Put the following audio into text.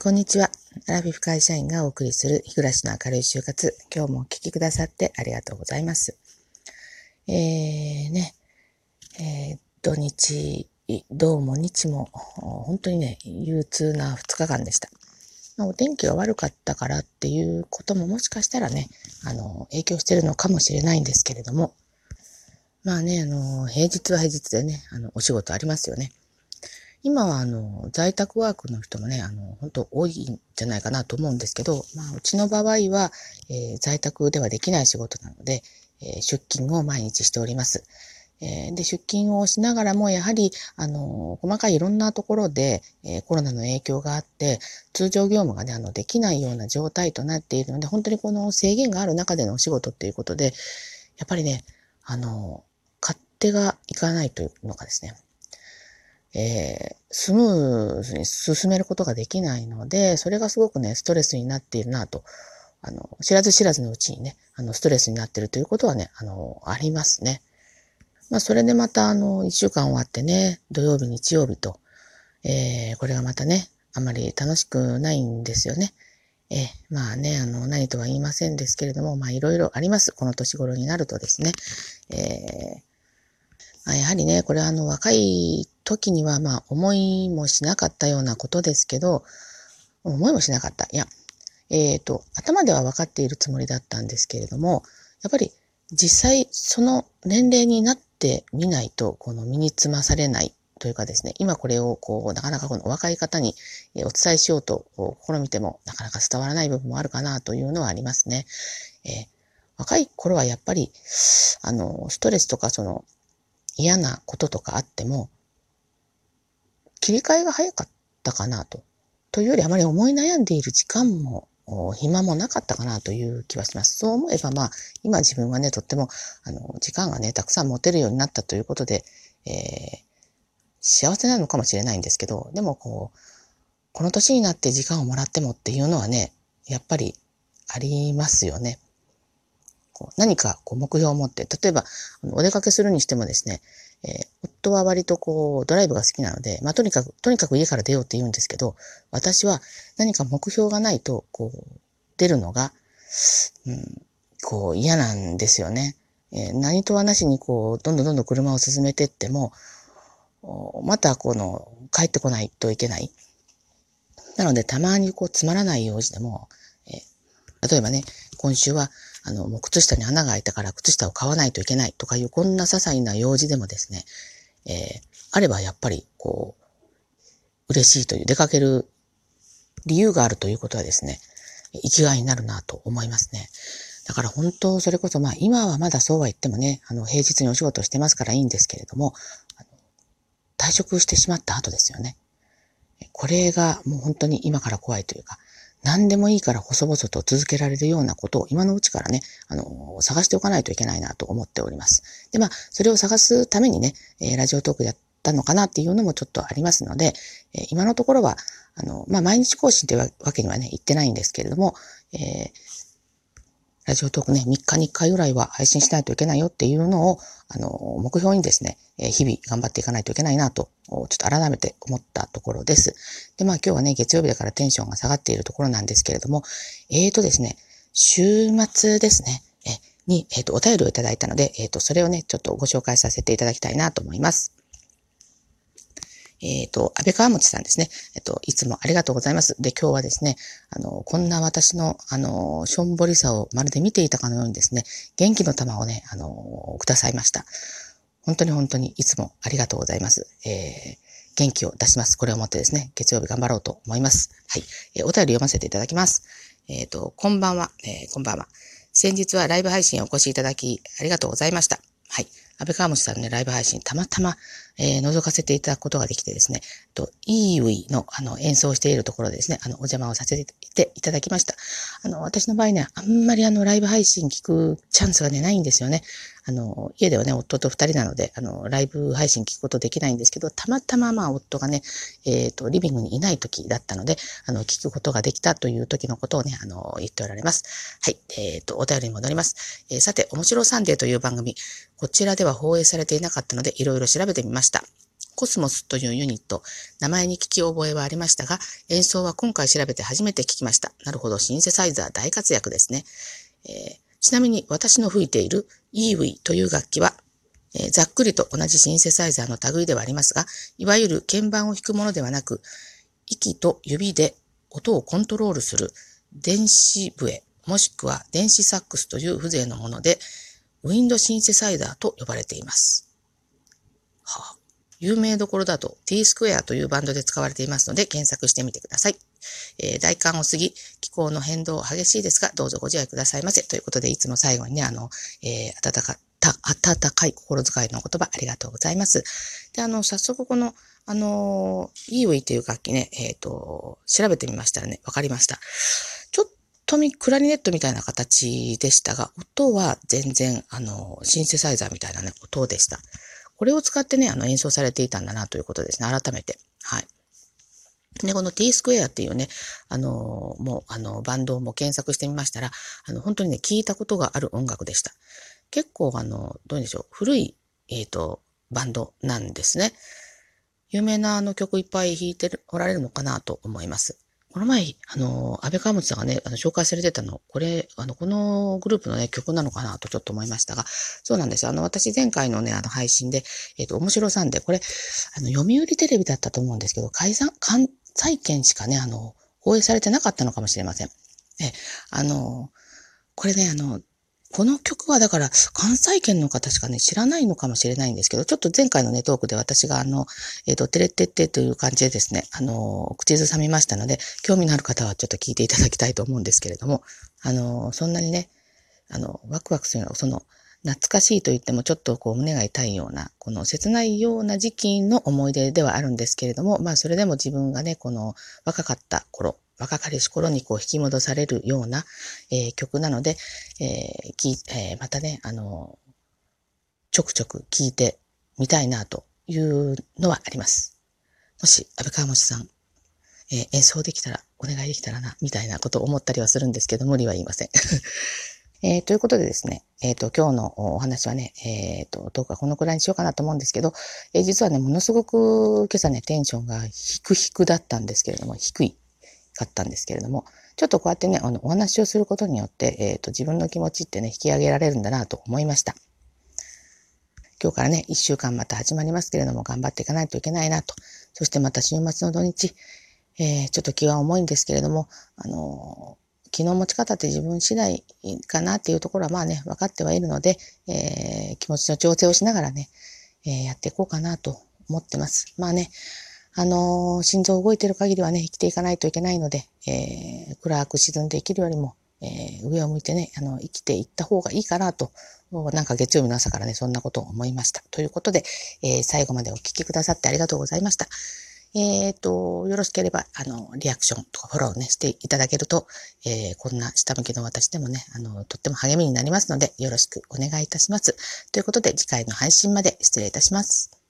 こんにちは。アラフィフ会社員がお送りする日暮らしの明るい就活。今日もお聞きくださってありがとうございます。土日、どうも日も、本当にね、憂鬱な2日間でした。お天気が悪かったからっていうことももしかしたらね、影響してるのかもしれないんですけれども、平日は平日でね、お仕事ありますよね。今は在宅ワークの人もね、本当多いんじゃないかなと思うんですけど、うちの場合は、在宅ではできない仕事なので、出勤を毎日しております。で、出勤をしながらも、やはり、細かいいろんなところで、コロナの影響があって、通常業務がね、できないような状態となっているので、本当にこの制限がある中でのお仕事っていうことで、やっぱりね、勝手がいかないというのがですね、スムーズに進めることができないので、それがすごくね、ストレスになっているなと、知らず知らずのうちにね、ストレスになっているということはね、ありますね。それでまた、一週間終わってね、土曜日、日曜日と、これがまたね、あまり楽しくないんですよね。何とは言いませんですけれども、いろいろあります。この年頃になるとですね。やはりね、これは若い時には思いもしなかったようなことですけど、思いもしなかった。いや、頭では分かっているつもりだったんですけれども、やっぱり実際その年齢になってみないと、身につまされないというかですね、今これをなかなかこのお若い方にお伝えしようと試みてもなかなか伝わらない部分もあるかなというのはありますね。若い頃はやっぱり、ストレスとか嫌なこととかあっても、切り替えが早かったかなと。というよりあまり思い悩んでいる時間も、暇もなかったかなという気はします。そう思えば今自分はね、とっても、時間がね、たくさん持てるようになったということで、幸せなのかもしれないんですけど、でもこの年になって時間をもらってもっていうのはね、やっぱりありますよね。何か目標を持って、例えばお出かけするにしてもですね、夫は割とドライブが好きなので、とにかく家から出ようって言うんですけど、私は何か目標がないと、出るのが、嫌なんですよね。何とはなしにどんどん車を進めていっても、また帰ってこないといけない。なので、たまにつまらない用事でも、例えばね、今週は、もう靴下に穴が開いたから靴下を買わないといけないとかいう、こんな些細な用事でもですね、あればやっぱり、嬉しいという、出かける理由があるということはですね、生きがいになるなと思いますね。だから本当、それこそ今はまだそうは言ってもね、平日にお仕事してますからいいんですけれども、退職してしまった後ですよね。これがもう本当に今から怖いというか、何でもいいから細々と続けられるようなことを今のうちからね、探しておかないといけないなと思っております。で、それを探すためにね、ラジオトークやったのかなっていうのもちょっとありますので、今のところは、毎日更新というわけにはね、言ってないんですけれども、ラジオトークね、3日に1回ぐらいは配信しないといけないよっていうのを、目標にですね、日々頑張っていかないといけないなと、ちょっと改めて思ったところです。で、今日はね、月曜日だからテンションが下がっているところなんですけれども、ですね、週末ですね、お便りをいただいたので、それをね、ちょっとご紹介させていただきたいなと思います。安倍川持さんですね。いつもありがとうございます。で、今日はですね、こんな私の、しょんぼりさをまるで見ていたかのようにですね、元気の玉をね、くださいました。本当に本当にいつもありがとうございます。元気を出します。これをもってですね、月曜日頑張ろうと思います。はい。お便り読ませていただきます。こんばんは。こんばんは。先日はライブ配信をお越しいただき、ありがとうございました。はい。安倍川持さんのね、ライブ配信、たまたま、覗かせていただくことができてですね、イーウィの、演奏しているところでですね、お邪魔をさせていただきました。私の場合ね、あんまりライブ配信聞くチャンスがね、ないんですよね。家ではね、夫と二人なので、ライブ配信聞くことできないんですけど、たまたま夫がね、リビングにいない時だったので、聞くことができたという時のことをね、言っておられます。はい。お便りに戻ります。さて、面白サンデーという番組、こちらでは放映されていなかったので、いろいろ調べてみました。 コスモスというユニット、名前に聞き覚えはありましたが、演奏は今回調べて初めて聞きました。なるほど、シンセサイザー大活躍ですね。ちなみに私の吹いているイーウィという楽器は、ざっくりと同じシンセサイザーの類ではありますが、いわゆる鍵盤を弾くものではなく、息と指で音をコントロールする電子笛、もしくは電子サックスという風情のもので、ウィンドシンセサイザーと呼ばれています。有名どころだと T スクエアというバンドで使われていますので検索してみてください。大寒を過ぎ、気候の変動激しいですが、どうぞご自愛くださいませ。ということで、いつも最後にね、温かい心遣いの言葉ありがとうございます。で、早速この、イーウィという楽器ね、調べてみましたらね、わかりました。ちょっとクラリネットみたいな形でしたが、音は全然、シンセサイザーみたいなね、音でした。これを使ってね、演奏されていたんだなということですね。改めて。はい。で、この T スクエアっていうね、バンドも検索してみましたら、本当にね、聞いたことがある音楽でした。結構、どうでしょう、古い、バンドなんですね。有名な曲いっぱい弾いておられるのかなと思います。この前、安倍川本さんがね、紹介されてたの、これ、このグループのね、曲なのかなとちょっと思いましたが、そうなんですよ。私前回のね、配信で、面白さんで、これ、読売テレビだったと思うんですけど、関西圏しかね、放映されてなかったのかもしれません。これね、この曲はだから関西圏の方しかね、知らないのかもしれないんですけど、ちょっと前回のね、トークで私がテレッテッテという感じでですね、口ずさみましたので、興味のある方はちょっと聞いていただきたいと思うんですけれども、そんなにね、ワクワクするような、懐かしいと言ってもちょっとこう胸が痛いような、この切ないような時期の思い出ではあるんですけれども、まあそれでも自分がね、この若かった頃、若かりし頃にこう引き戻されるような、曲なので、またね、ちょくちょく聴いてみたいなというのはあります。もし、安倍川本さん、演奏できたら、お願いできたらな、みたいなことを思ったりはするんですけど、無理は言いません。ということでですね、今日のお話はね、どうかこのくらいにしようかなと思うんですけど、実はね、ものすごく今朝ね、テンションが低々だったんですけれども、低かったんですけれども、ちょっとこうやってね、お話をすることによって、自分の気持ちってね、引き上げられるんだなと思いました。今日からね、一週間また始まりますけれども、頑張っていかないといけないなと。そしてまた週末の土日、ちょっと気は重いんですけれども、気の持ち方って自分次第かなっていうところはまあね、分かってはいるので、気持ちの調整をしながらね、やっていこうかなと思ってます。まあね、心臓動いてる限りはね、生きていかないといけないので、暗く沈んで生きるよりも、上を向いてね、生きていった方がいいかなと、なんか月曜日の朝からね、そんなことを思いました。ということで、最後までお聞きくださってありがとうございました。よろしければ、リアクションとかフォローね、していただけると、こんな下向きの私でもね、とっても励みになりますので、よろしくお願いいたします。ということで、次回の配信まで失礼いたします。